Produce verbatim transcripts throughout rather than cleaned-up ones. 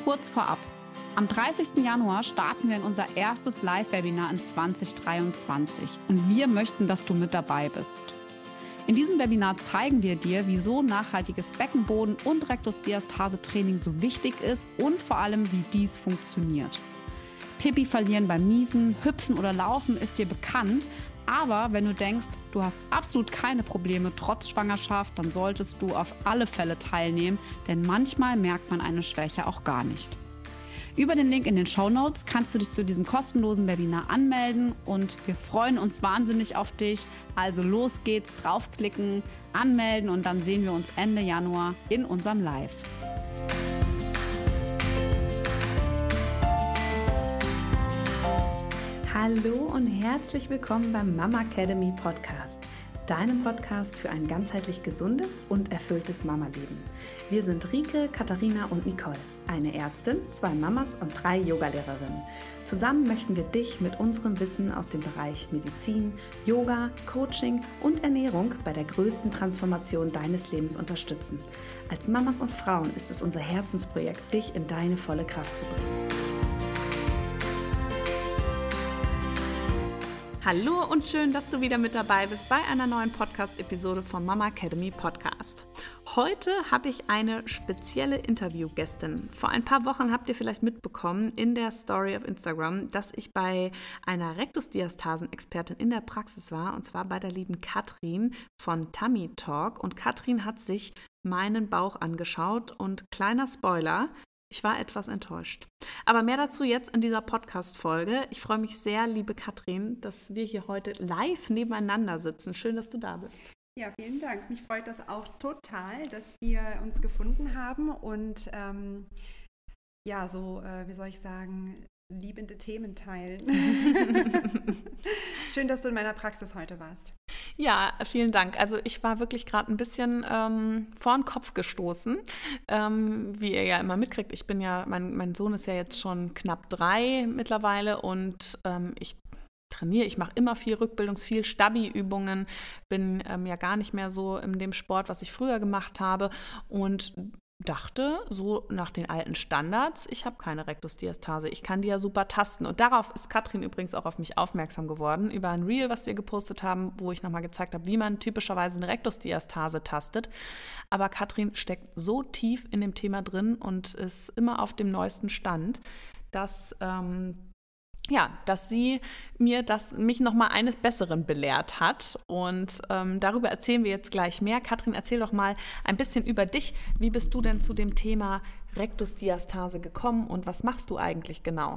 Kurz vorab. Am dreißigsten Januar starten wir in unser erstes Live-Webinar in zwanzig dreiundzwanzig und wir möchten, dass du mit dabei bist. In diesem Webinar zeigen wir dir, wieso nachhaltiges Beckenboden- und Rektusdiastase-Training so wichtig ist und vor allem, wie dies funktioniert. Pipi verlieren beim Niesen, Hüpfen oder Laufen ist dir bekannt, aber wenn du denkst, du hast absolut keine Probleme trotz Schwangerschaft, dann solltest du auf alle Fälle teilnehmen, denn manchmal merkt man eine Schwäche auch gar nicht. Über den Link in den Shownotes kannst du dich zu diesem kostenlosen Webinar anmelden und wir freuen uns wahnsinnig auf dich. Also los geht's, draufklicken, anmelden und dann sehen wir uns Ende Januar in unserem Live. Hallo und herzlich willkommen beim Mama Academy Podcast, deinem Podcast für ein ganzheitlich gesundes und erfülltes Mama-Leben. Wir sind Rike, Katharina und Nicole, eine Ärztin, zwei Mamas und drei Yogalehrerinnen. Zusammen möchten wir dich mit unserem Wissen aus dem Bereich Medizin, Yoga, Coaching und Ernährung bei der größten Transformation deines Lebens unterstützen. Als Mamas und Frauen ist es unser Herzensprojekt, dich in deine volle Kraft zu bringen. Hallo und schön, dass du wieder mit dabei bist bei einer neuen Podcast-Episode vom Mama Academy Podcast. Heute habe ich eine spezielle Interviewgästin. Vor ein paar Wochen habt ihr vielleicht mitbekommen in der Story auf Instagram, dass ich bei einer Rektusdiastasen-Expertin in der Praxis war, und zwar bei der lieben Katrin von Tummy Talk. Und Katrin hat sich meinen Bauch angeschaut und kleiner Spoiler, ich war etwas enttäuscht. Aber mehr dazu jetzt in dieser Podcast-Folge. Ich freue mich sehr, liebe Katrin, dass wir hier heute live nebeneinander sitzen. Schön, dass du da bist. Ja, vielen Dank. Mich freut das auch total, dass wir uns gefunden haben und ähm, ja, so, äh, wie soll ich sagen, liebende Themen teilen. Schön, dass du in meiner Praxis heute warst. Ja, vielen Dank. Also ich war wirklich gerade ein bisschen ähm, vor den Kopf gestoßen. Ähm, wie ihr ja immer mitkriegt, ich bin ja, mein, mein Sohn ist ja jetzt schon knapp drei mittlerweile und ähm, ich trainiere, ich mache immer viel Rückbildungs-, viel Stabi-Übungen, bin ähm, ja gar nicht mehr so in dem Sport, was ich früher gemacht habe und dachte, so nach den alten Standards, ich habe keine Rektusdiastase, ich kann die ja super tasten. Und darauf ist Katrin übrigens auch auf mich aufmerksam geworden, über ein Reel, was wir gepostet haben, wo ich nochmal gezeigt habe, wie man typischerweise eine Rektusdiastase tastet. Aber Katrin steckt so tief in dem Thema drin und ist immer auf dem neuesten Stand, dass ähm, Ja, dass sie mir das, mich nochmal eines Besseren belehrt hat. Und ähm, darüber erzählen wir jetzt gleich mehr. Katrin, erzähl doch mal ein bisschen über dich. Wie bist du denn zu dem Thema Rektusdiastase gekommen und was machst du eigentlich genau?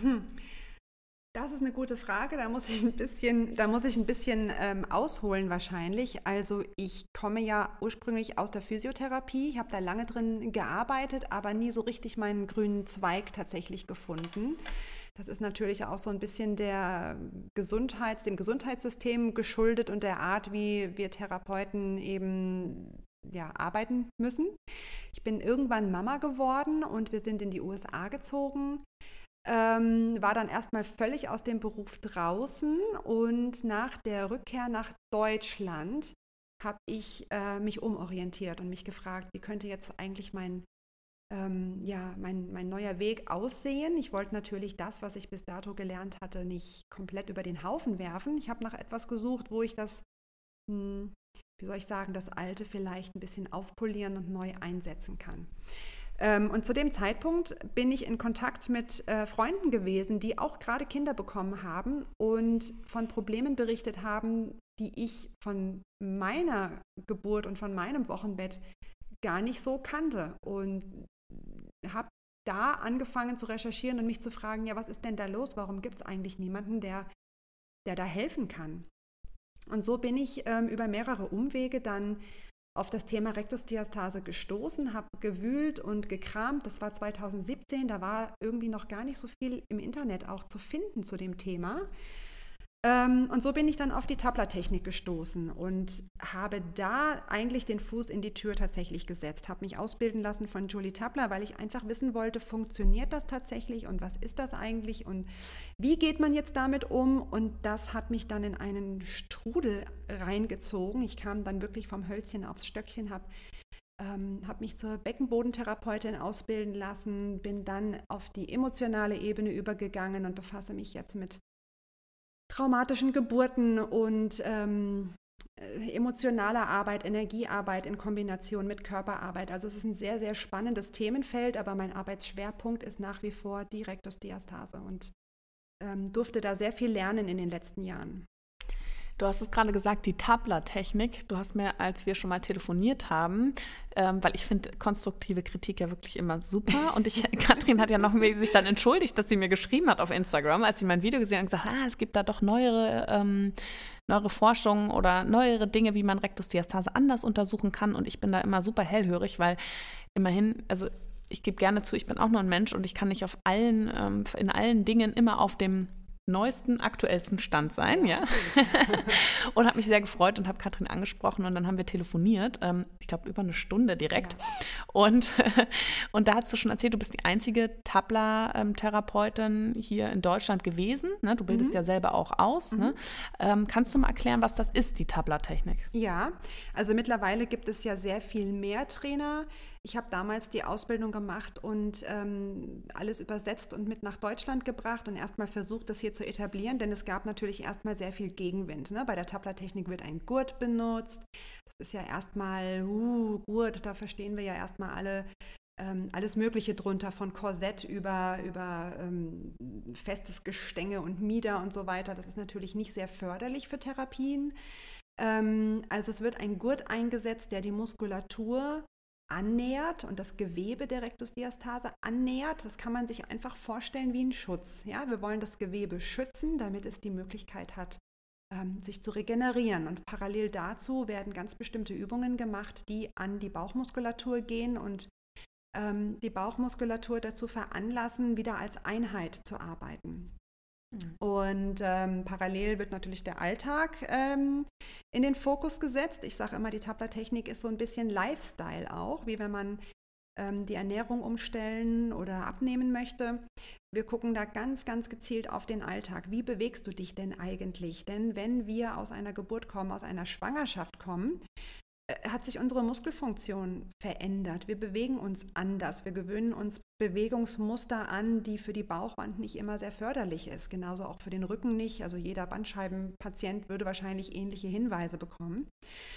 Das ist eine gute Frage. Da muss ich ein bisschen, da muss ich ein bisschen ähm, ausholen wahrscheinlich. Also ich komme ja ursprünglich aus der Physiotherapie. Ich habe da lange drin gearbeitet, aber nie so richtig meinen grünen Zweig tatsächlich gefunden. Das ist natürlich auch so ein bisschen der Gesundheits-, dem Gesundheitssystem geschuldet und der Art, wie wir Therapeuten eben ja, arbeiten müssen. Ich bin irgendwann Mama geworden und wir sind in die U S A gezogen, ähm, war dann erstmal völlig aus dem Beruf draußen und nach der Rückkehr nach Deutschland habe ich äh, mich umorientiert und mich gefragt, wie könnte jetzt eigentlich mein Ähm, ja, mein, mein neuer Weg aussehen. Ich wollte natürlich das, was ich bis dato gelernt hatte, nicht komplett über den Haufen werfen. Ich habe nach etwas gesucht, wo ich das, hm, wie soll ich sagen, das Alte vielleicht ein bisschen aufpolieren und neu einsetzen kann. Ähm, und zu dem Zeitpunkt bin ich in Kontakt mit äh, Freunden gewesen, die auch gerade Kinder bekommen haben und von Problemen berichtet haben, die ich von meiner Geburt und von meinem Wochenbett gar nicht so kannte. Und habe da angefangen zu recherchieren und mich zu fragen, ja, was ist denn da los? Warum gibt es eigentlich niemanden, der, der da helfen kann? Und so bin ich ähm, über mehrere Umwege dann auf das Thema Rektusdiastase gestoßen, habe gewühlt und gekramt. Das war zweitausendsiebzehn, da war irgendwie noch gar nicht so viel im Internet auch zu finden zu dem Thema. Ähm, und so bin ich dann auf die Tapler-Technik gestoßen und habe da eigentlich den Fuß in die Tür tatsächlich gesetzt, habe mich ausbilden lassen von Julie Tapler, weil ich einfach wissen wollte, funktioniert das tatsächlich und was ist das eigentlich und wie geht man jetzt damit um? Und das hat mich dann in einen Strudel reingezogen. Ich kam dann wirklich vom Hölzchen aufs Stöckchen, habe ähm, habe mich zur Beckenbodentherapeutin ausbilden lassen, bin dann auf die emotionale Ebene übergegangen und befasse mich jetzt mit traumatischen Geburten und ähm, emotionaler Arbeit, Energiearbeit in Kombination mit Körperarbeit. Also es ist ein sehr, sehr spannendes Themenfeld, aber mein Arbeitsschwerpunkt ist nach wie vor die Rektusdiastase und ähm, durfte da sehr viel lernen in den letzten Jahren. Du hast es gerade gesagt, die Tabler-Technik. Du hast mir, als wir schon mal telefoniert haben, ähm, weil ich finde konstruktive Kritik ja wirklich immer super. Und ich, Katrin hat ja noch sich dann entschuldigt, dass sie mir geschrieben hat auf Instagram, als sie mein Video gesehen hat und gesagt, ah, es gibt da doch neuere, ähm, neuere Forschungen oder neuere Dinge, wie man Rektusdiastase anders untersuchen kann. Und ich bin da immer super hellhörig, weil immerhin, also ich gebe gerne zu, ich bin auch nur ein Mensch und ich kann nicht auf allen, ähm, in allen Dingen immer auf dem neuesten, aktuellsten Stand sein, ja. Und habe mich sehr gefreut und habe Katrin angesprochen und dann haben wir telefoniert, ähm, ich glaube über eine Stunde direkt. Ja. Und, und da hast du schon erzählt, du bist die einzige Tabla-Therapeutin hier in Deutschland gewesen, ne? Du bildest mhm. ja selber auch aus. Mhm. Ne? Ähm, kannst du mal erklären, was das ist, die Tabla-Technik? Ja, also mittlerweile gibt es ja sehr viel mehr Trainer. Ich habe damals die Ausbildung gemacht und ähm, alles übersetzt und mit nach Deutschland gebracht und erstmal versucht, das hier zu etablieren, denn es gab natürlich erstmal sehr viel Gegenwind. Ne? Bei der Tabla-Technik wird ein Gurt benutzt. Das ist ja erstmal, uh, Gurt, da verstehen wir ja erstmal alle ähm, alles Mögliche drunter, von Korsett über, über ähm, festes Gestänge und Mieder und so weiter. Das ist natürlich nicht sehr förderlich für Therapien. Ähm, also es wird ein Gurt eingesetzt, der die Muskulatur annähert und das Gewebe der Rektusdiastase annähert. Das kann man sich einfach vorstellen wie ein Schutz. Ja? Wir wollen das Gewebe schützen, damit es die Möglichkeit hat, ähm, sich zu regenerieren. Und parallel dazu werden ganz bestimmte Übungen gemacht, die an die Bauchmuskulatur gehen und ähm, die Bauchmuskulatur dazu veranlassen, wieder als Einheit zu arbeiten. Und ähm, parallel wird natürlich der Alltag ähm, in den Fokus gesetzt. Ich sage immer, die Tabla-Technik ist so ein bisschen Lifestyle auch, wie wenn man ähm, die Ernährung umstellen oder abnehmen möchte. Wir gucken da ganz, ganz gezielt auf den Alltag. Wie bewegst du dich denn eigentlich? Denn wenn wir aus einer Geburt kommen, aus einer Schwangerschaft kommen, hat sich unsere Muskelfunktion verändert. Wir bewegen uns anders. Wir gewöhnen uns Bewegungsmuster an, die für die Bauchwand nicht immer sehr förderlich ist. Genauso auch für den Rücken nicht. Also jeder Bandscheibenpatient würde wahrscheinlich ähnliche Hinweise bekommen.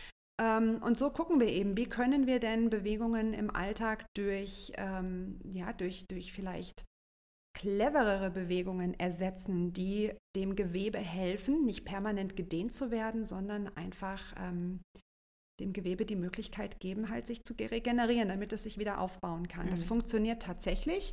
Und so gucken wir eben, wie können wir denn Bewegungen im Alltag durch, ähm, ja, durch, durch vielleicht cleverere Bewegungen ersetzen, die dem Gewebe helfen, nicht permanent gedehnt zu werden, sondern einfach ähm, dem Gewebe die Möglichkeit geben, halt sich zu regenerieren, damit es sich wieder aufbauen kann. Mhm. Das funktioniert tatsächlich.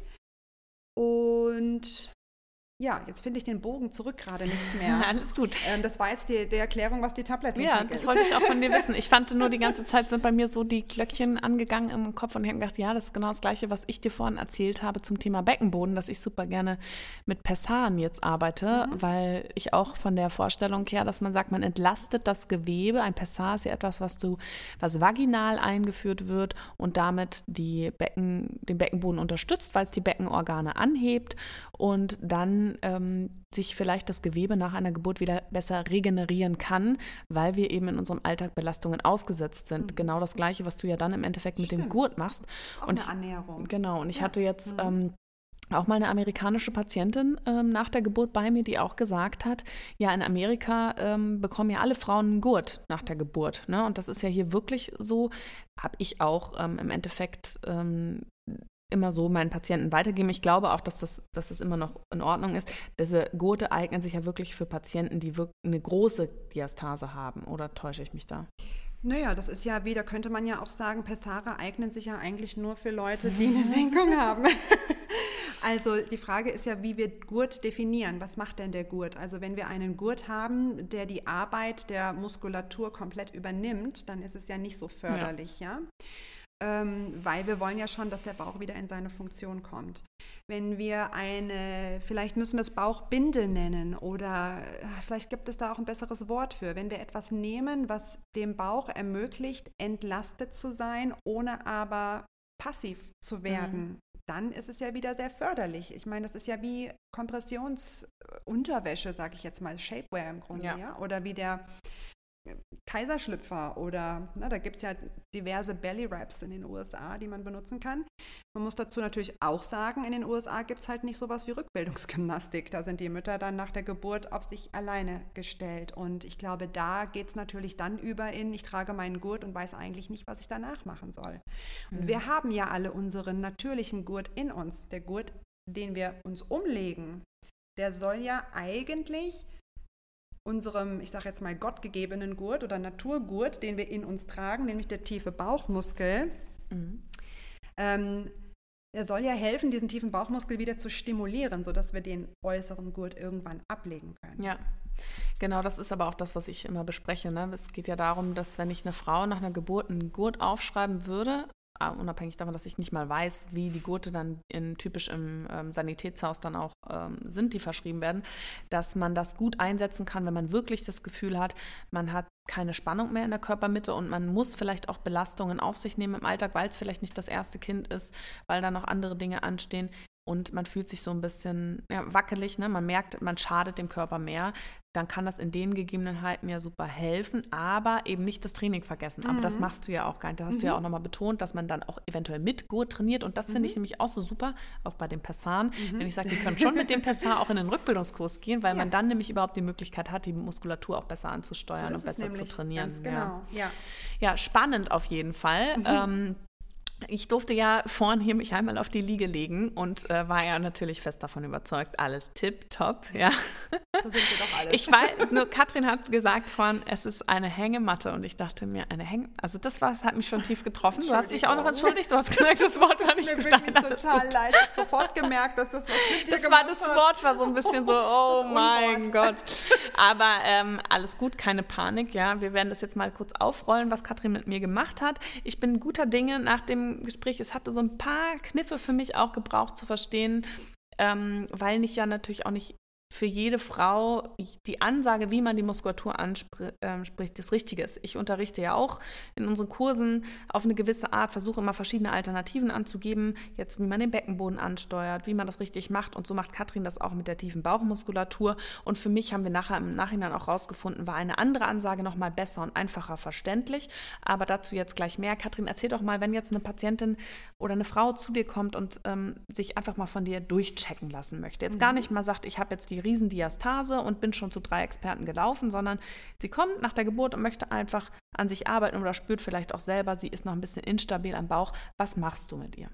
Und ja, jetzt finde ich den Bogen zurück gerade nicht mehr. Alles gut. Ähm, das war jetzt die, die Erklärung, was die Tabla-Technik ist. Ja, das ist. wollte ich auch von dir wissen. Ich fand nur, die ganze Zeit sind bei mir so die Glöckchen angegangen im Kopf und ich habe gedacht, ja, das ist genau das Gleiche, was ich dir vorhin erzählt habe zum Thema Beckenboden, dass ich super gerne mit Pessaren jetzt arbeite, mhm. weil ich auch von der Vorstellung her, dass man sagt, man entlastet das Gewebe. Ein Pessar ist ja etwas, was du, was vaginal eingeführt wird und damit die Becken, den Beckenboden unterstützt, weil es die Beckenorgane anhebt und dann Ähm, sich vielleicht das Gewebe nach einer Geburt wieder besser regenerieren kann, weil wir eben in unserem Alltag Belastungen ausgesetzt sind. Mhm. Genau das Gleiche, was du ja dann im Endeffekt mit Stimmt. dem Gurt machst. Auch und eine Annäherung. Ich, genau, und ich ja. hatte jetzt mhm. ähm, auch mal eine amerikanische Patientin ähm, nach der Geburt bei mir, die auch gesagt hat, ja, in Amerika ähm, bekommen ja alle Frauen einen Gurt nach der Geburt. Ne? Und das ist ja hier wirklich so, habe ich auch ähm, im Endeffekt ähm, immer so meinen Patienten weitergeben. Ich glaube auch, dass das, dass das immer noch in Ordnung ist. Diese Gurte eignen sich ja wirklich für Patienten, die wirklich eine große Diastase haben. Oder täusche ich mich da? Naja, das ist ja, wie, da könnte man ja auch sagen, Pessare eignen sich ja eigentlich nur für Leute, die eine Senkung haben. Also die Frage ist ja, wie wir Gurt definieren. Was macht denn der Gurt? Also wenn wir einen Gurt haben, der die Arbeit der Muskulatur komplett übernimmt, dann ist es ja nicht so förderlich, ja. ja? Ähm, weil wir wollen ja schon, dass der Bauch wieder in seine Funktion kommt. Wenn wir eine, vielleicht müssen wir es Bauchbinde nennen oder vielleicht gibt es da auch ein besseres Wort für, wenn wir etwas nehmen, was dem Bauch ermöglicht, entlastet zu sein, ohne aber passiv zu werden, mhm. dann ist es ja wieder sehr förderlich. Ich meine, das ist ja wie Kompressionsunterwäsche, sage ich jetzt mal, Shapewear im Grunde, ja. ja? Oder wie der Kaiserschlüpfer oder na, da gibt es ja diverse Belly Wraps in den U S A, die man benutzen kann. Man muss dazu natürlich auch sagen, in den U S A gibt es halt nicht sowas wie Rückbildungsgymnastik. Da sind die Mütter dann nach der Geburt auf sich alleine gestellt. Und ich glaube, da geht es natürlich dann über in, ich trage meinen Gurt und weiß eigentlich nicht, was ich danach machen soll. Und mhm. wir haben ja alle unseren natürlichen Gurt in uns. Der Gurt, den wir uns umlegen, der soll ja eigentlich unserem, ich sage jetzt mal, gottgegebenen Gurt oder Naturgurt, den wir in uns tragen, nämlich der tiefe Bauchmuskel, mhm. ähm, der soll ja helfen, diesen tiefen Bauchmuskel wieder zu stimulieren, sodass wir den äußeren Gurt irgendwann ablegen können. Ja, genau, das ist aber auch das, was ich immer bespreche. Ne? Es geht ja darum, dass wenn ich eine Frau nach einer Geburt einen Gurt aufschreiben würde, unabhängig davon, dass ich nicht mal weiß, wie die Gurte dann in, typisch im ähm, Sanitätshaus dann auch ähm, sind, die verschrieben werden, dass man das gut einsetzen kann, wenn man wirklich das Gefühl hat, man hat keine Spannung mehr in der Körpermitte und man muss vielleicht auch Belastungen auf sich nehmen im Alltag, weil es vielleicht nicht das erste Kind ist, weil da noch andere Dinge anstehen. Und man fühlt sich so ein bisschen ja, wackelig, ne? Man merkt, man schadet dem Körper mehr, dann kann das in den Gegebenheiten ja super helfen, aber eben nicht das Training vergessen. Aber mhm. das machst du ja auch gar nicht. Da hast mhm. du ja auch nochmal betont, dass man dann auch eventuell mit Gurt trainiert und das mhm. finde ich nämlich auch so super, auch bei den Pessaren. Mhm. Wenn ich sage, die können schon mit dem Pessar auch in den Rückbildungskurs gehen, weil ja. man dann nämlich überhaupt die Möglichkeit hat, die Muskulatur auch besser anzusteuern so und besser zu trainieren. Ganz genau, ja. Ja. ja, spannend auf jeden Fall. Mhm. Ähm, Ich durfte ja vorhin hier mich einmal auf die Liege legen und äh, war ja natürlich fest davon überzeugt, alles tipptopp, ja. So sind wir doch alle. Ich weiß, nur Katrin hat gesagt vorhin, es ist eine Hängematte und ich dachte mir, eine Häng... Also das war, das hat mich schon tief getroffen. Du hast dich auch noch entschuldigt, du hast gesagt, das Wort war nicht gut. Mir wirklich total leid. Ich habe sofort gemerkt, dass das was mit dir Das war das hat. Wort, war so ein bisschen so, oh mein Gott. Aber ähm, alles gut, keine Panik, ja. Wir werden das jetzt mal kurz aufrollen, was Katrin mit mir gemacht hat. Ich bin guter Dinge nach dem Gespräch, es hatte so ein paar Kniffe für mich auch gebraucht zu verstehen, ähm, weil nicht ja natürlich auch nicht für jede Frau die Ansage, wie man die Muskulatur anspricht, äh, das Richtige ist. Ich unterrichte ja auch in unseren Kursen auf eine gewisse Art, versuche immer verschiedene Alternativen anzugeben, jetzt wie man den Beckenboden ansteuert, wie man das richtig macht und so macht Katrin das auch mit der tiefen Bauchmuskulatur und für mich haben wir nachher im Nachhinein auch rausgefunden, war eine andere Ansage nochmal besser und einfacher verständlich, aber dazu jetzt gleich mehr. Katrin, erzähl doch mal, wenn jetzt eine Patientin oder eine Frau zu dir kommt und ähm, sich einfach mal von dir durchchecken lassen möchte, jetzt mhm. gar nicht mal sagt, ich habe jetzt die Riesendiastase und bin schon zu drei Experten gelaufen, sondern sie kommt nach der Geburt und möchte einfach an sich arbeiten oder spürt vielleicht auch selber, sie ist noch ein bisschen instabil am Bauch. Was machst du mit ihr?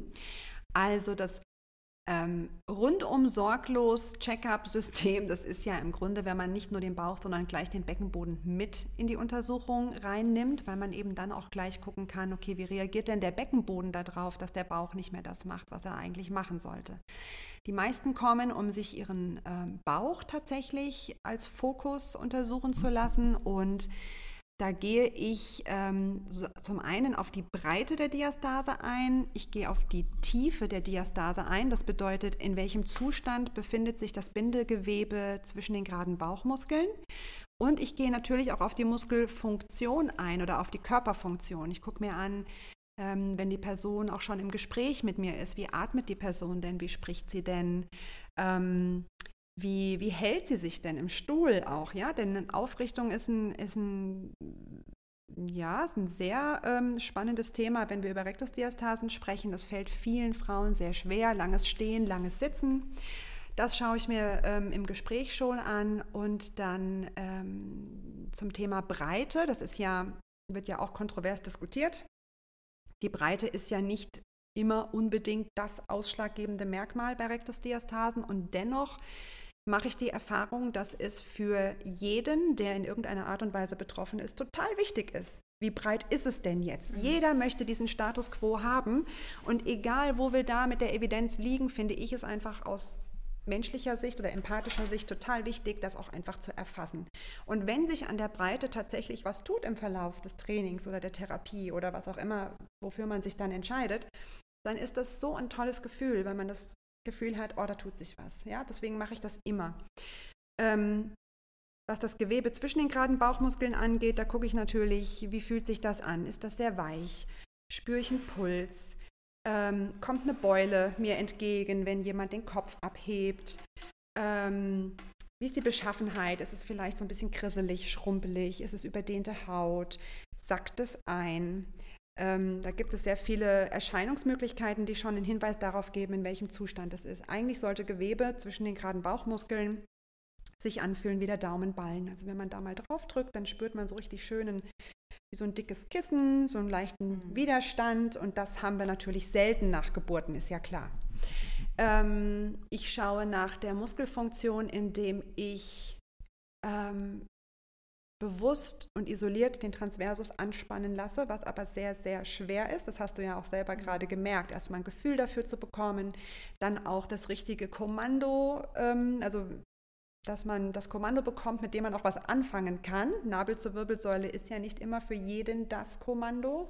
Also das ähm, rundum sorglos Check-up-System, das ist ja im Grunde, wenn man nicht nur den Bauch, sondern gleich den Beckenboden mit in die Untersuchung reinnimmt, weil man eben dann auch gleich gucken kann, okay, wie reagiert denn der Beckenboden darauf, dass der Bauch nicht mehr das macht, was er eigentlich machen sollte. Die meisten kommen, um sich ihren ähm, Bauch tatsächlich als Fokus untersuchen zu lassen und da gehe ich ähm, so, zum einen auf die Breite der Diastase ein, ich gehe auf die Tiefe der Diastase ein, das bedeutet, in welchem Zustand befindet sich das Bindegewebe zwischen den geraden Bauchmuskeln und ich gehe natürlich auch auf die Muskelfunktion ein oder auf die Körperfunktion. Ich gucke mir an, ähm, wenn die Person auch schon im Gespräch mit mir ist, wie atmet die Person denn, wie spricht sie denn, ähm, Wie, wie hält sie sich denn im Stuhl auch, ja? Denn Aufrichtung ist ein, ist ein, ja, ist ein sehr ähm, spannendes Thema, wenn wir über Rektusdiastasen sprechen. Das fällt vielen Frauen sehr schwer, langes Stehen, langes Sitzen. Das schaue ich mir ähm, im Gespräch schon an. Und dann ähm, zum Thema Breite, das ist ja, wird ja auch kontrovers diskutiert. Die Breite ist ja nicht immer unbedingt das ausschlaggebende Merkmal bei Rektusdiastasen und dennoch mache ich die Erfahrung, dass es für jeden, der in irgendeiner Art und Weise betroffen ist, total wichtig ist. Wie breit ist es denn jetzt? Mhm. Jeder möchte diesen Status quo haben und egal, wo wir da mit der Evidenz liegen, finde ich es einfach aus menschlicher Sicht oder empathischer Sicht total wichtig, das auch einfach zu erfassen. Und wenn sich an der Breite tatsächlich was tut im Verlauf des Trainings oder der Therapie oder was auch immer, wofür man sich dann entscheidet, dann ist das so ein tolles Gefühl, weil man das Gefühl hat, oh, da tut sich was. Ja? Deswegen mache ich das immer. Ähm, was das Gewebe zwischen den geraden Bauchmuskeln angeht, da gucke ich natürlich, wie fühlt sich das an? Ist das sehr weich? Spüre ich einen Puls? Ähm, kommt eine Beule mir entgegen, wenn jemand den Kopf abhebt? Ähm, wie ist die Beschaffenheit? Ist es vielleicht so ein bisschen krisselig, schrumpelig? Ist es überdehnte Haut? Sackt es ein? Ähm, da gibt es sehr viele Erscheinungsmöglichkeiten, die schon einen Hinweis darauf geben, in welchem Zustand es ist. Eigentlich sollte Gewebe zwischen den geraden Bauchmuskeln sich anfühlen wie der Daumenballen. Also wenn man da mal drauf drückt, dann spürt man so richtig schön ein, wie so ein dickes Kissen, so einen leichten mhm. Widerstand, und das haben wir natürlich selten nach Geburten, ist ja klar. Ähm, ich schaue nach der Muskelfunktion, indem ich ähm, bewusst und isoliert den Transversus anspannen lasse, was aber sehr, sehr schwer ist. Das hast du ja auch selber gerade gemerkt. Erstmal ein Gefühl dafür zu bekommen, dann auch das richtige Kommando, ähm, also dass man das Kommando bekommt, mit dem man auch was anfangen kann. Nabel zur Wirbelsäule ist ja nicht immer für jeden das Kommando.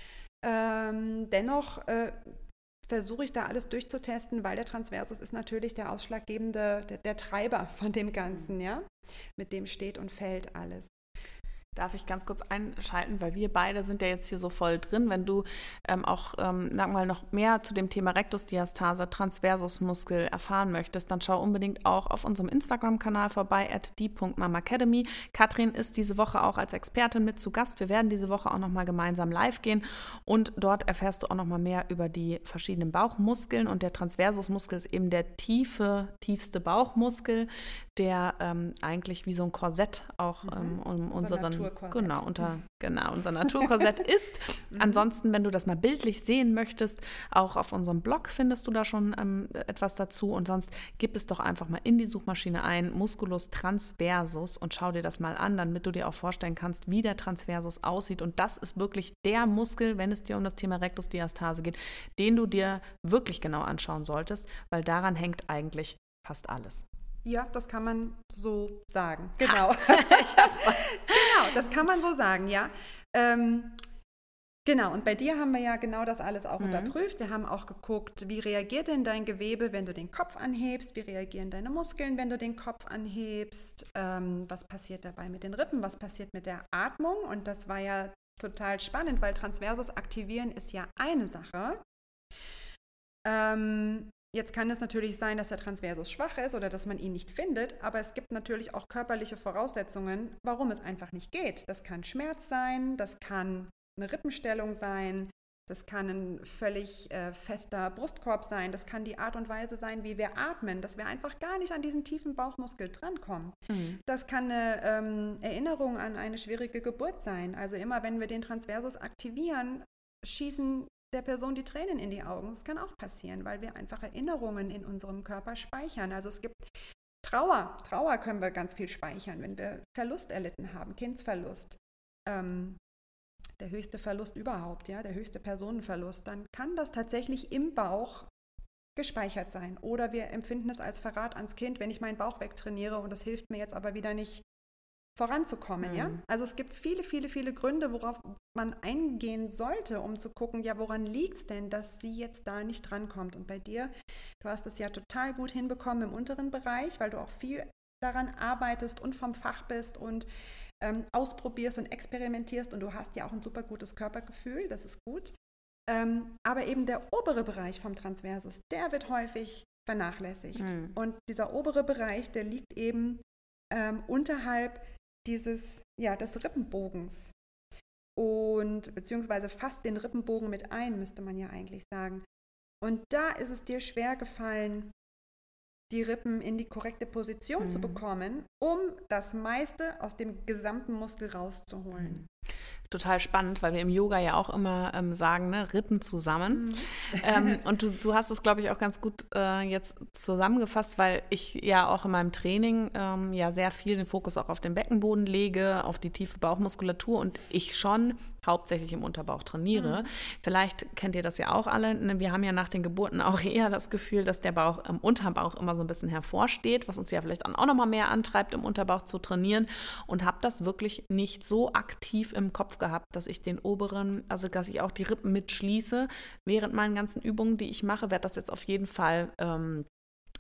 Ähm, dennoch äh, versuche ich da alles durchzutesten, weil der Transversus ist natürlich der ausschlaggebende, der, der Treiber von dem Ganzen, ja. Mit dem steht und fällt alles. Darf ich ganz kurz einschalten, weil wir beide sind ja jetzt hier so voll drin. Wenn du ähm, auch ähm, sag mal, noch mehr zu dem Thema Rektusdiastase, Transversusmuskel erfahren möchtest, dann schau unbedingt auch auf unserem Instagram-Kanal vorbei, at die punkt mama academy. Katrin ist diese Woche auch als Expertin mit zu Gast. Wir werden diese Woche auch nochmal gemeinsam live gehen, und dort erfährst du auch nochmal mehr über die verschiedenen Bauchmuskeln. Und der Transversusmuskel ist eben der tiefe, tiefste Bauchmuskel, der ähm, eigentlich wie so ein Korsett auch ähm, um unseren Genau, unter, genau, unser Naturkorsett ist. Ansonsten, wenn du das mal bildlich sehen möchtest, auch auf unserem Blog findest du da schon ähm, etwas dazu. Und sonst gib es doch einfach mal in die Suchmaschine ein, Musculus transversus, und schau dir das mal an, damit du dir auch vorstellen kannst, wie der Transversus aussieht. Und das ist wirklich der Muskel, wenn es dir um das Thema Rektusdiastase geht, den du dir wirklich genau anschauen solltest, weil daran hängt eigentlich fast alles. Ja, das kann man so sagen. Genau. Ich hab was. Genau, das kann man so sagen, ja. Ähm, genau, und bei dir haben wir ja genau das alles auch mhm. überprüft. Wir haben auch geguckt, wie reagiert denn dein Gewebe, wenn du den Kopf anhebst? Wie reagieren deine Muskeln, wenn du den Kopf anhebst? Ähm, was passiert dabei mit den Rippen? Was passiert mit der Atmung? Und das war ja total spannend, weil Transversus aktivieren ist ja eine Sache. Ähm, Jetzt kann es natürlich sein, dass der Transversus schwach ist oder dass man ihn nicht findet, aber es gibt natürlich auch körperliche Voraussetzungen, warum es einfach nicht geht. Das kann Schmerz sein, das kann eine Rippenstellung sein, das kann ein völlig äh, fester Brustkorb sein, das kann die Art und Weise sein, wie wir atmen, dass wir einfach gar nicht an diesen tiefen Bauchmuskel drankommen. Mhm. Das kann eine ähm, Erinnerung an eine schwierige Geburt sein. Also immer, wenn wir den Transversus aktivieren, schießen der Person die Tränen in die Augen. Das kann auch passieren, weil wir einfach Erinnerungen in unserem Körper speichern. Also es gibt Trauer. Trauer können wir ganz viel speichern, wenn wir Verlust erlitten haben, Kindsverlust, ähm, der höchste Verlust überhaupt, ja, der höchste Personenverlust, dann kann das tatsächlich im Bauch gespeichert sein. Oder wir empfinden es als Verrat ans Kind, wenn ich meinen Bauch wegtrainiere und das hilft mir jetzt aber wieder nicht, voranzukommen, mhm. ja? Also es gibt viele, viele, viele Gründe, worauf man eingehen sollte, um zu gucken, ja, woran liegt es denn, dass sie jetzt da nicht drankommt? Und bei dir, du hast es ja total gut hinbekommen im unteren Bereich, weil du auch viel daran arbeitest und vom Fach bist und ähm, ausprobierst und experimentierst, und du hast ja auch ein super gutes Körpergefühl, das ist gut. Ähm, aber eben der obere Bereich vom Transversus, der wird häufig vernachlässigt. Mhm. Und dieser obere Bereich, der liegt eben ähm, unterhalb dieses, ja, des Rippenbogens, und beziehungsweise fast den Rippenbogen mit ein, müsste man ja eigentlich sagen. Und da ist es dir schwer gefallen, die Rippen in die korrekte Position mhm. zu bekommen, um das meiste aus dem gesamten Muskel rauszuholen. Mhm. Total spannend, weil wir im Yoga ja auch immer ähm, sagen, ne, Rippen zusammen. Mhm. ähm, und du, du hast es, glaube ich, auch ganz gut äh, jetzt zusammengefasst, weil ich ja auch in meinem Training ähm, ja sehr viel den Fokus auch auf den Beckenboden lege, auf die tiefe Bauchmuskulatur, und ich schon hauptsächlich im Unterbauch trainiere. Mhm. Vielleicht kennt ihr das ja auch alle. Ne? Wir haben ja nach den Geburten auch eher das Gefühl, dass der Bauch im Unterbauch immer so ein bisschen hervorsteht, was uns ja vielleicht auch nochmal mehr antreibt, im Unterbauch zu trainieren, und habe das wirklich nicht so aktiv im Kopf gehabt, dass ich den oberen, also dass ich auch die Rippen mitschließe. Während meinen ganzen Übungen, die ich mache, werde das jetzt auf jeden Fall ähm,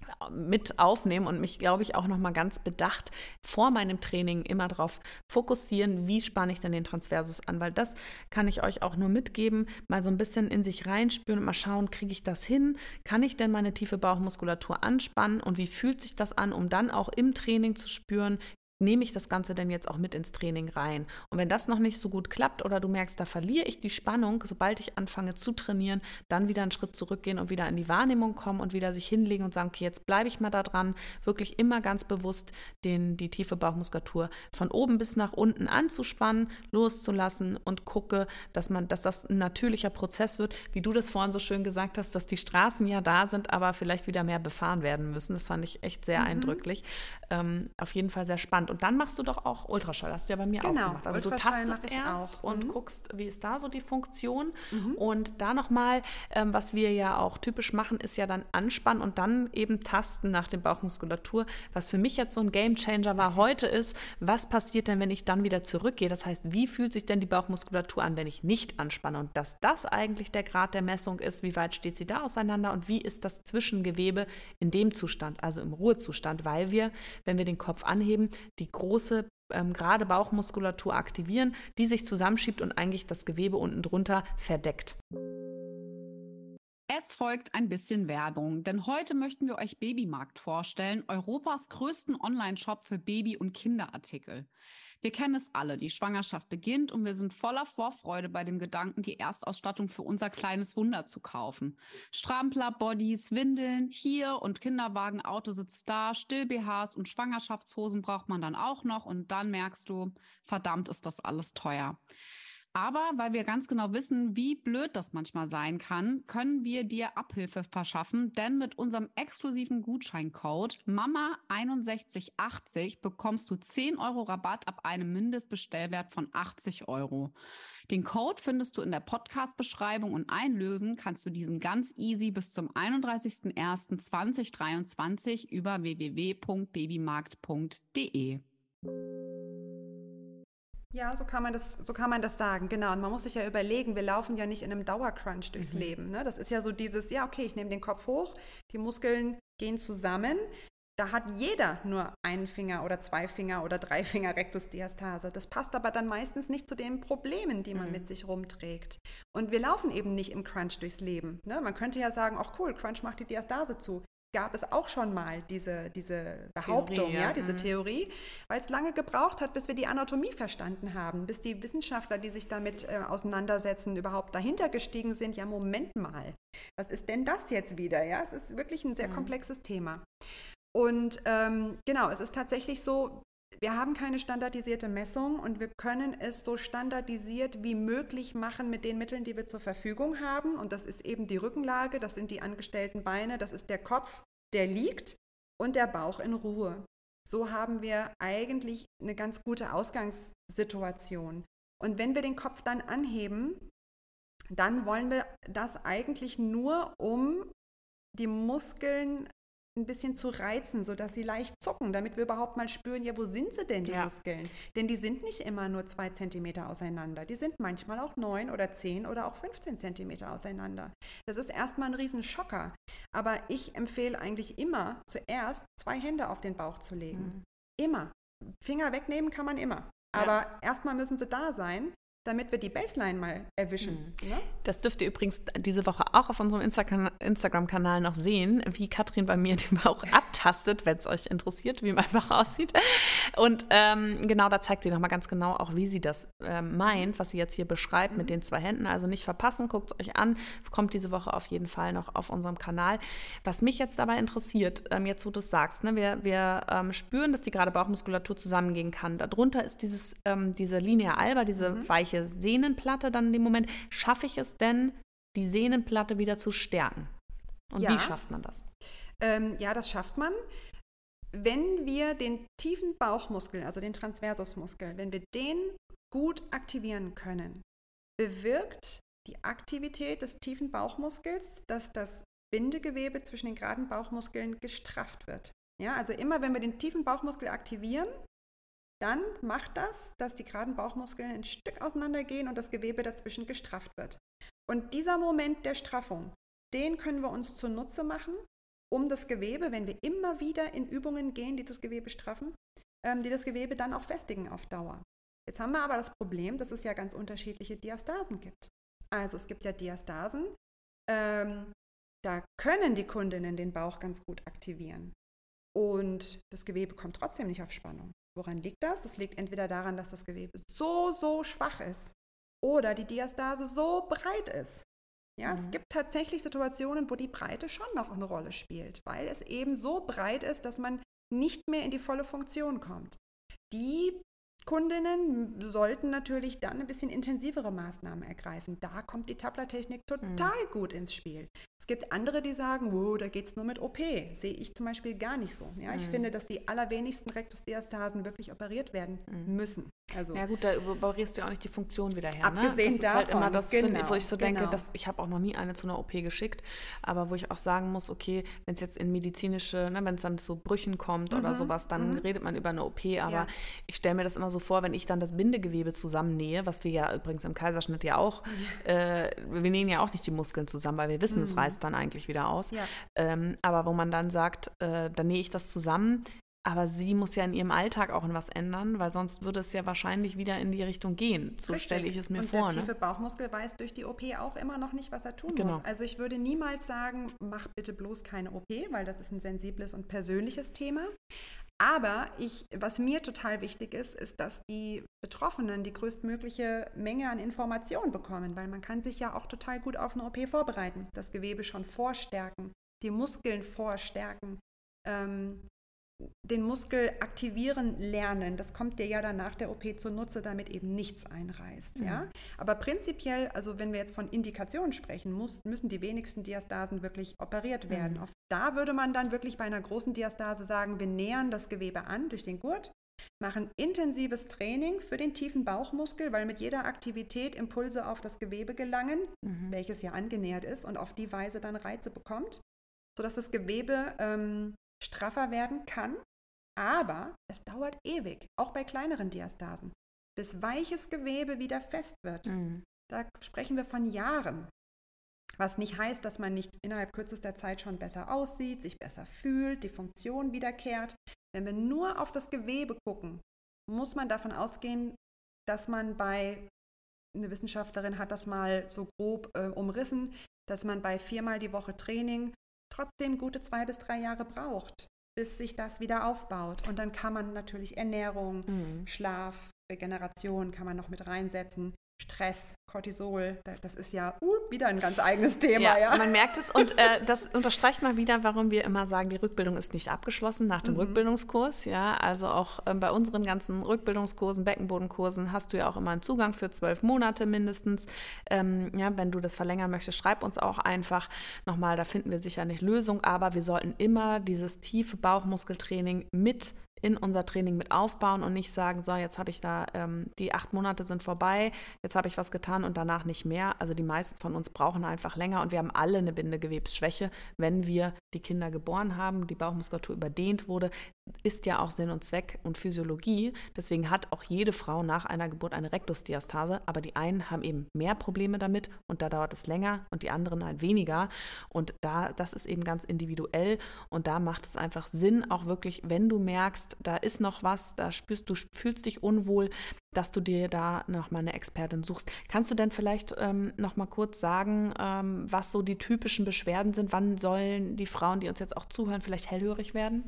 mit aufnehmen und mich, glaube ich, auch nochmal ganz bedacht vor meinem Training immer darauf fokussieren, wie spanne ich denn den Transversus an, weil das kann ich euch auch nur mitgeben, mal so ein bisschen in sich reinspüren und mal schauen, kriege ich das hin, kann ich denn meine tiefe Bauchmuskulatur anspannen und wie fühlt sich das an, um dann auch im Training zu spüren, nehme ich das Ganze denn jetzt auch mit ins Training rein? Und wenn das noch nicht so gut klappt oder du merkst, da verliere ich die Spannung, sobald ich anfange zu trainieren, dann wieder einen Schritt zurückgehen und wieder in die Wahrnehmung kommen und wieder sich hinlegen und sagen, okay, jetzt bleibe ich mal da dran, wirklich immer ganz bewusst den, die tiefe Bauchmuskulatur von oben bis nach unten anzuspannen, loszulassen und gucke, dass man, dass das ein natürlicher Prozess wird, wie du das vorhin so schön gesagt hast, dass die Straßen ja da sind, aber vielleicht wieder mehr befahren werden müssen. Das fand ich echt sehr mhm. eindrücklich. Ähm, auf jeden Fall sehr spannend. Und dann machst du doch auch Ultraschall, hast du ja bei mir genau, auch gemacht. Also du tastest erst und mhm. guckst, wie ist da so die Funktion. Mhm. Und da nochmal, ähm, was wir ja auch typisch machen, ist ja dann anspannen und dann eben tasten nach der Bauchmuskulatur. Was für mich jetzt so ein Gamechanger war heute ist, was passiert denn, wenn ich dann wieder zurückgehe? Das heißt, wie fühlt sich denn die Bauchmuskulatur an, wenn ich nicht anspanne? Und dass das eigentlich der Grad der Messung ist, wie weit steht sie da auseinander und wie ist das Zwischengewebe in dem Zustand, also im Ruhezustand, weil wir, wenn wir den Kopf anheben, die große, ähm, gerade Bauchmuskulatur aktivieren, die sich zusammenschiebt und eigentlich das Gewebe unten drunter verdeckt. Es folgt ein bisschen Werbung, denn heute möchten wir euch Babymarkt vorstellen, Europas größten Online-Shop für Baby- und Kinderartikel. Wir kennen es alle, die Schwangerschaft beginnt und wir sind voller Vorfreude bei dem Gedanken, die Erstausstattung für unser kleines Wunder zu kaufen. Strampler, Bodys, Windeln, hier und Kinderwagen, Autositz da, Still-B Hs und Schwangerschaftshosen braucht man dann auch noch und dann merkst du, verdammt ist das alles teuer. Aber weil wir ganz genau wissen, wie blöd das manchmal sein kann, können wir dir Abhilfe verschaffen, denn mit unserem exklusiven Gutscheincode Mama sechs eins acht null bekommst du zehn Euro Rabatt ab einem Mindestbestellwert von achtzig Euro. Den Code findest du in der Podcast-Beschreibung und einlösen kannst du diesen ganz easy bis zum einunddreißigsten ersten zweitausenddreiundzwanzig über w w w punkt babymarkt punkt d e. Ja, so kann man das, so kann man das sagen, genau. Und man muss sich ja überlegen, wir laufen ja nicht in einem Dauercrunch durchs mhm. Leben. Ne? Das ist ja so dieses, ja okay, ich nehme den Kopf hoch, die Muskeln gehen zusammen. Da hat jeder nur einen Finger oder zwei Finger oder drei Finger Rektusdiastase. Das passt aber dann meistens nicht zu den Problemen, die man mhm. mit sich rumträgt. Und wir laufen eben nicht im Crunch durchs Leben. Ne? Man könnte ja sagen, ach cool, Crunch macht die Diastase zu. Gab es auch schon mal diese, diese Behauptung, Theorie, ja. Ja, diese mhm. Theorie, weil es lange gebraucht hat, bis wir die Anatomie verstanden haben, bis die Wissenschaftler, die sich damit äh, auseinandersetzen, überhaupt dahinter gestiegen sind, ja Moment mal, was ist denn das jetzt wieder? Ja, es ist wirklich ein sehr mhm. komplexes Thema. Und ähm, genau, es ist tatsächlich so, wir haben keine standardisierte Messung und wir können es so standardisiert wie möglich machen mit den Mitteln, die wir zur Verfügung haben. Und das ist eben die Rückenlage, das sind die angestellten Beine, das ist der Kopf, der liegt und der Bauch in Ruhe. So haben wir eigentlich eine ganz gute Ausgangssituation. Und wenn wir den Kopf dann anheben, dann wollen wir das eigentlich nur, um die Muskeln ein bisschen zu reizen, sodass sie leicht zucken, damit wir überhaupt mal spüren, ja, wo sind sie denn, die ja. Muskeln? Denn die sind nicht immer nur zwei Zentimeter auseinander. Die sind manchmal auch neun oder zehn oder auch fünfzehn Zentimeter auseinander. Das ist erstmal ein Riesenschocker. Aber ich empfehle eigentlich immer, zuerst zwei Hände auf den Bauch zu legen. Mhm. Immer. Finger wegnehmen kann man immer. Aber ja. erstmal müssen sie da sein, damit wir die Baseline mal erwischen. Mhm. Ne? Das dürft ihr übrigens diese Woche auch auf unserem Insta- Instagram-Kanal noch sehen, wie Katrin bei mir den Bauch abtastet, wenn es euch interessiert, wie mein Bauch aussieht. Und ähm, genau, da zeigt sie nochmal ganz genau auch, wie sie das äh, meint, was sie jetzt hier beschreibt mhm. mit den zwei Händen. Also nicht verpassen, guckt es euch an, kommt diese Woche auf jeden Fall noch auf unserem Kanal. Was mich jetzt dabei interessiert, ähm, jetzt wo du es sagst, ne, wir, wir ähm, spüren, dass die gerade Bauchmuskulatur zusammengehen kann. Darunter ist dieses, ähm, diese Linea alba, diese mhm. weiche Sehnenplatte dann in dem Moment. Schaffe ich es denn, die Sehnenplatte wieder zu stärken? Und ja. wie schafft man das? Ähm, ja, das schafft man, wenn wir den tiefen Bauchmuskel, also den Transversusmuskel, wenn wir den gut aktivieren können, bewirkt die Aktivität des tiefen Bauchmuskels, dass das Bindegewebe zwischen den geraden Bauchmuskeln gestrafft wird. Ja, also immer, wenn wir den tiefen Bauchmuskel aktivieren, dann macht das, dass die geraden Bauchmuskeln ein Stück auseinandergehen und das Gewebe dazwischen gestrafft wird. Und dieser Moment der Straffung, den können wir uns zunutze machen, um das Gewebe, wenn wir immer wieder in Übungen gehen, die das Gewebe straffen, ähm, die das Gewebe dann auch festigen auf Dauer. Jetzt haben wir aber das Problem, dass es ja ganz unterschiedliche Diastasen gibt. Also es gibt ja Diastasen, ähm, da können die Kundinnen den Bauch ganz gut aktivieren. Und das Gewebe kommt trotzdem nicht auf Spannung. Woran liegt das? Das liegt entweder daran, dass das Gewebe so, so schwach ist oder die Diastase so breit ist. Ja, mhm. Es gibt tatsächlich Situationen, wo die Breite schon noch eine Rolle spielt, weil es eben so breit ist, dass man nicht mehr in die volle Funktion kommt. Die Kundinnen sollten natürlich dann ein bisschen intensivere Maßnahmen ergreifen. Da kommt die Tapler-Technik total mhm. gut ins Spiel. Es gibt andere, die sagen, wow, da geht es nur mit O P. Sehe ich zum Beispiel gar nicht so. Ja, ich mhm. finde, dass die allerwenigsten Rektusdiastasen wirklich operiert werden mhm. müssen. Also, ja gut, da operierst du ja auch nicht die Funktion wieder her. Abgesehen ne? Das davon, ist halt immer das, genau, find, wo ich so denke, genau. dass, ich habe auch noch nie eine zu einer O P geschickt, aber wo ich auch sagen muss, okay, wenn es jetzt in medizinische, ne, wenn es dann zu Brüchen kommt mhm. oder sowas, dann mhm. redet man über eine O P, aber ja. ich stelle mir das immer so vor, wenn ich dann das Bindegewebe zusammennähe, was wir ja übrigens im Kaiserschnitt ja auch, mhm. äh, wir nähen ja auch nicht die Muskeln zusammen, weil wir wissen, mhm. es reißt dann eigentlich wieder aus, ja. ähm, aber wo man dann sagt, äh, dann nähe ich das zusammen, aber sie muss ja in ihrem Alltag auch in was ändern, weil sonst würde es ja wahrscheinlich wieder in die Richtung gehen. So Richtig. Stelle ich es mir und vor. Der ne? tiefe Bauchmuskel weiß durch die O P auch immer noch nicht, was er tun genau. muss. Also ich würde niemals sagen, mach bitte bloß keine O P, weil das ist ein sensibles und persönliches Thema. Aber ich, was mir total wichtig ist, ist, dass die Betroffenen die größtmögliche Menge an Informationen bekommen, weil man kann sich ja auch total gut auf eine O P vorbereiten, das Gewebe schon vorstärken, die Muskeln vorstärken, ähm, den Muskel aktivieren lernen. Das kommt dir ja dann nach der O P zunutze, damit eben nichts einreißt. Mhm. Ja? Aber prinzipiell, also wenn wir jetzt von Indikationen sprechen, muss, müssen die wenigsten Diastasen wirklich operiert werden. Mhm. Auf, da würde man dann wirklich bei einer großen Diastase sagen, wir nähern das Gewebe an durch den Gurt, machen intensives Training für den tiefen Bauchmuskel, weil mit jeder Aktivität Impulse auf das Gewebe gelangen, mhm. welches ja angenähert ist und auf die Weise dann Reize bekommt, sodass das Gewebe ähm, straffer werden kann, aber es dauert ewig, auch bei kleineren Diastasen, bis weiches Gewebe wieder fest wird. Mhm. Da sprechen wir von Jahren, was nicht heißt, dass man nicht innerhalb kürzester Zeit schon besser aussieht, sich besser fühlt, die Funktion wiederkehrt. Wenn wir nur auf das Gewebe gucken, muss man davon ausgehen, dass man bei, eine Wissenschaftlerin hat das mal so grob äh, umrissen, dass man bei viermal die Woche Training trotzdem gute zwei bis drei Jahre braucht, bis sich das wieder aufbaut. Und dann kann man natürlich Ernährung, mhm. Schlaf, Regeneration kann man noch mit reinsetzen. Stress, Cortisol, das ist ja uh, wieder ein ganz eigenes Thema. Ja, ja. Man merkt es und äh, das unterstreicht mal wieder, warum wir immer sagen, die Rückbildung ist nicht abgeschlossen nach dem mhm. Rückbildungskurs. Ja, also auch ähm, bei unseren ganzen Rückbildungskursen, Beckenbodenkursen hast du ja auch immer einen Zugang für zwölf Monate mindestens. Ähm, ja, wenn du das verlängern möchtest, schreib uns auch einfach nochmal, da finden wir sicher eine Lösung, aber wir sollten immer dieses tiefe Bauchmuskeltraining mit in unser Training mit aufbauen und nicht sagen, so, jetzt habe ich da, ähm, die acht Monate sind vorbei, jetzt habe ich was getan und danach nicht mehr. Also die meisten von uns brauchen einfach länger und wir haben alle eine Bindegewebsschwäche, wenn wir die Kinder geboren haben, die Bauchmuskulatur überdehnt wurde, ist ja auch Sinn und Zweck und Physiologie. Deswegen hat auch jede Frau nach einer Geburt eine Rektusdiastase, aber die einen haben eben mehr Probleme damit und da dauert es länger und die anderen halt weniger. Und da, das ist eben ganz individuell und da macht es einfach Sinn, auch wirklich, wenn du merkst, da ist noch was, da spürst du, fühlst dich unwohl, dass du dir da noch mal eine Expertin suchst. Kannst du denn vielleicht ähm, noch mal kurz sagen, ähm, was so die typischen Beschwerden sind? Wann sollen die Frauen, die uns jetzt auch zuhören, vielleicht hellhörig werden?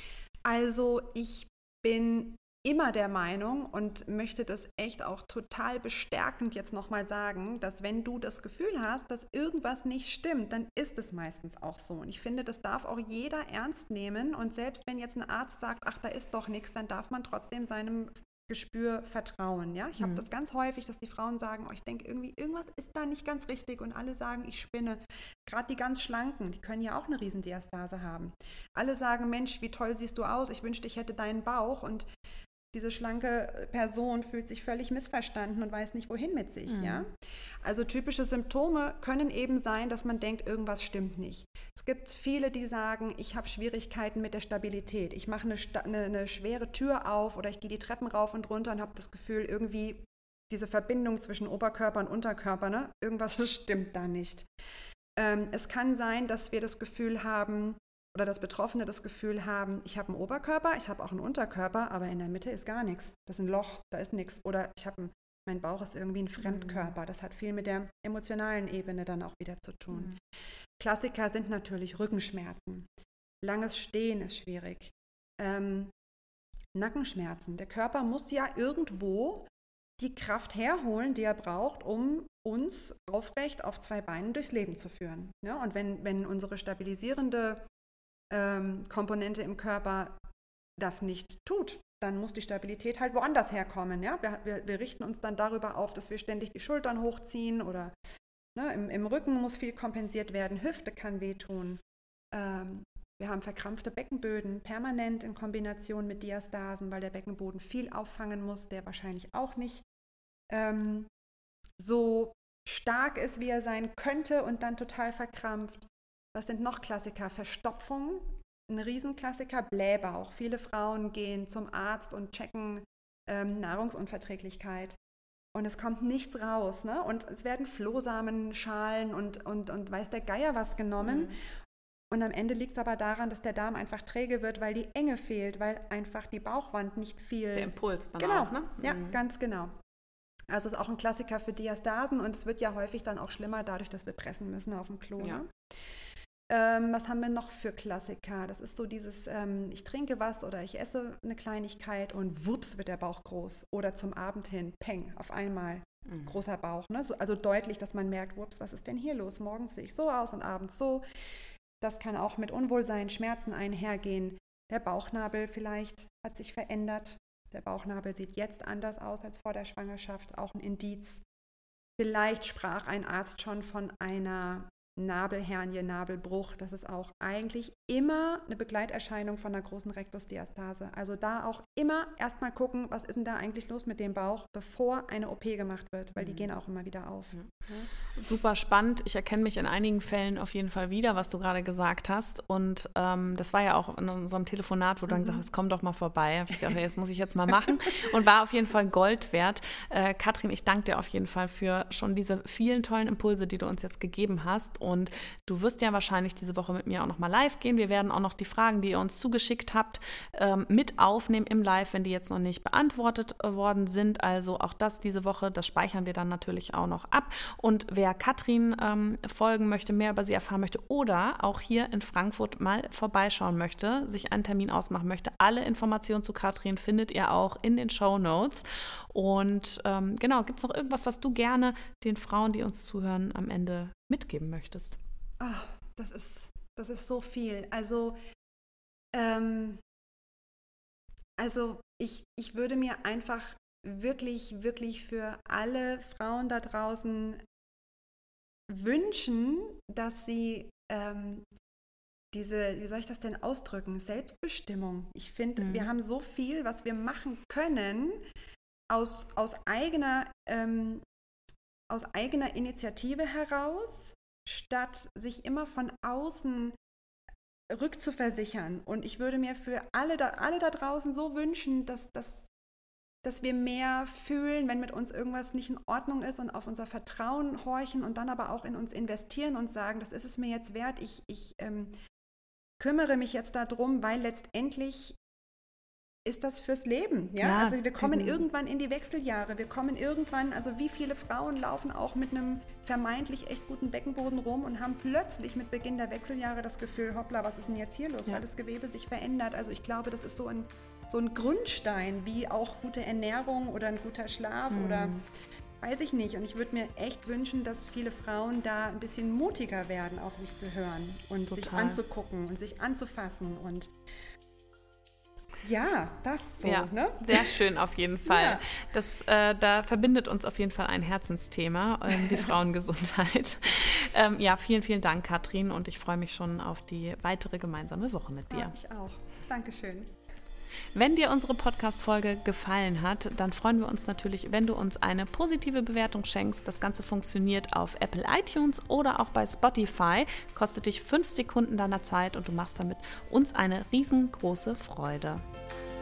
Also ich bin immer der Meinung und möchte das echt auch total bestärkend jetzt nochmal sagen, dass wenn du das Gefühl hast, dass irgendwas nicht stimmt, dann ist es meistens auch so. Und ich finde, das darf auch jeder ernst nehmen. Und selbst wenn jetzt ein Arzt sagt, ach, da ist doch nichts, dann darf man trotzdem seinem Gespür vertrauen. Ja? Ich habe mhm. das ganz häufig, dass die Frauen sagen, oh, ich denke irgendwie, irgendwas ist da nicht ganz richtig und alle sagen, ich spinne. Gerade die ganz Schlanken, die können ja auch eine Riesendiastase haben. Alle sagen, Mensch, wie toll siehst du aus, ich wünschte, ich hätte deinen Bauch und diese schlanke Person fühlt sich völlig missverstanden und weiß nicht, wohin mit sich. Mhm. Ja? Also typische Symptome können eben sein, dass man denkt, irgendwas stimmt nicht. Es gibt viele, die sagen, ich habe Schwierigkeiten mit der Stabilität. Ich mache eine, eine, eine schwere Tür auf oder ich gehe die Treppen rauf und runter und habe das Gefühl, irgendwie diese Verbindung zwischen Oberkörper und Unterkörper, ne? Irgendwas stimmt da nicht. Ähm, es kann sein, dass wir das Gefühl haben, oder das Betroffene das Gefühl haben, ich habe einen Oberkörper, ich habe auch einen Unterkörper, aber in der Mitte ist gar nichts. Das ist ein Loch, da ist nichts. Oder ich habe, mein Bauch ist irgendwie ein Fremdkörper. Das hat viel mit der emotionalen Ebene dann auch wieder zu tun. Mhm. Klassiker sind natürlich Rückenschmerzen. Langes Stehen ist schwierig. Ähm, Nackenschmerzen. Der Körper muss ja irgendwo die Kraft herholen, die er braucht, um uns aufrecht auf zwei Beinen durchs Leben zu führen. Ja, und wenn, wenn unsere stabilisierende ähm, Komponente im Körper das nicht tut, dann muss die Stabilität halt woanders herkommen. Ja? Wir, wir, wir richten uns dann darüber auf, dass wir ständig die Schultern hochziehen oder ne, im, im Rücken muss viel kompensiert werden, Hüfte kann wehtun. Ähm, wir haben verkrampfte Beckenböden, permanent in Kombination mit Diastasen, weil der Beckenboden viel auffangen muss, der wahrscheinlich auch nicht ähm, so stark ist, wie er sein könnte und dann total verkrampft. Was sind noch Klassiker? Verstopfung, ein Riesenklassiker, Blähbauch. Viele Frauen gehen zum Arzt und checken ähm, Nahrungsunverträglichkeit und es kommt nichts raus. Ne? Und es werden Flohsamenschalen und, und, und weiß der Geier was genommen. Mhm. Und am Ende liegt es aber daran, dass der Darm einfach träge wird, weil die Enge fehlt, weil einfach die Bauchwand nicht viel... Der Impuls dann genau, auch, ne? Ja, mhm. ganz genau. Also es ist auch ein Klassiker für Diastasen und es wird ja häufig dann auch schlimmer, dadurch, dass wir pressen müssen auf dem Klo. Ja. Ne? Ähm, was haben wir noch für Klassiker? Das ist so dieses, ähm, ich trinke was oder ich esse eine Kleinigkeit und wups wird der Bauch groß. Oder zum Abend hin, peng, auf einmal mhm. großer Bauch. Ne? So, also deutlich, dass man merkt, wups, was ist denn hier los? Morgens sehe ich so aus und abends so. Das kann auch mit Unwohlsein, Schmerzen einhergehen. Der Bauchnabel vielleicht hat sich verändert. Der Bauchnabel sieht jetzt anders aus als vor der Schwangerschaft. Auch ein Indiz. Vielleicht sprach ein Arzt schon von einer Nabelhernie, Nabelbruch. Das ist auch eigentlich immer eine Begleiterscheinung von einer großen Rektusdiastase. Also da auch immer erstmal gucken, was ist denn da eigentlich los mit dem Bauch, bevor eine O P gemacht wird, weil die gehen auch immer wieder auf. Ja. Super spannend. Ich erkenne mich in einigen Fällen auf jeden Fall wieder, was du gerade gesagt hast. Und ähm, das war ja auch in unserem Telefonat, wo du mhm. dann gesagt hast, komm doch mal vorbei. Ich dachte, das muss ich jetzt mal machen. Und war auf jeden Fall Gold wert. Äh, Katrin, ich danke dir auf jeden Fall für schon diese vielen tollen Impulse, die du uns jetzt gegeben hast. Und du wirst ja wahrscheinlich diese Woche mit mir auch noch mal live gehen. Wir werden auch noch die Fragen, die ihr uns zugeschickt habt, ähm, mit aufnehmen im Live, wenn die jetzt noch nicht beantwortet äh, worden sind. Also auch das diese Woche, das speichern wir dann natürlich auch noch ab. Und wer Katrin ähm, folgen möchte, mehr über sie erfahren möchte oder auch hier in Frankfurt mal vorbeischauen möchte, sich einen Termin ausmachen möchte, alle Informationen zu Katrin findet ihr auch in den Shownotes. Und ähm, genau, gibt es noch irgendwas, was du gerne den Frauen, die uns zuhören, am Ende mitgeben möchtest? Oh, das ist, das ist so viel. Also, ähm, also ich, ich würde mir einfach wirklich, wirklich für alle Frauen da draußen wünschen, dass sie ähm, diese, wie soll ich das denn ausdrücken, Selbstbestimmung. Ich finde, mhm. wir haben so viel, was wir machen können, aus, aus eigener ähm, aus eigener Initiative heraus, statt sich immer von außen rückzuversichern. Und ich würde mir für alle da, alle da draußen so wünschen, dass, dass, dass wir mehr fühlen, wenn mit uns irgendwas nicht in Ordnung ist und auf unser Vertrauen horchen und dann aber auch in uns investieren und sagen, das ist es mir jetzt wert, ich, ich ähm, kümmere mich jetzt darum, weil letztendlich ist das fürs Leben, ja? ja also wir kommen die, irgendwann in die Wechseljahre, wir kommen irgendwann, also wie viele Frauen laufen auch mit einem vermeintlich echt guten Beckenboden rum und haben plötzlich mit Beginn der Wechseljahre das Gefühl, hoppla, was ist denn jetzt hier los, ja. weil das Gewebe sich verändert. Also ich glaube, das ist so ein, so ein Grundstein, wie auch gute Ernährung oder ein guter Schlaf hm. oder weiß ich nicht. Und ich würde mir echt wünschen, dass viele Frauen da ein bisschen mutiger werden, auf sich zu hören und Total. sich anzugucken und sich anzufassen und ja, das so, ja, ne? Sehr schön auf jeden Fall. Ja. Das, äh, da verbindet uns auf jeden Fall ein Herzensthema, ähm, die Frauengesundheit. ähm, ja, vielen, vielen Dank, Katrin, und ich freue mich schon auf die weitere gemeinsame Woche mit dir. Ja, ich auch. Dankeschön. Wenn dir unsere Podcast-Folge gefallen hat, dann freuen wir uns natürlich, wenn du uns eine positive Bewertung schenkst. Das Ganze funktioniert auf Apple iTunes oder auch bei Spotify. Kostet dich fünf Sekunden deiner Zeit und du machst damit uns eine riesengroße Freude.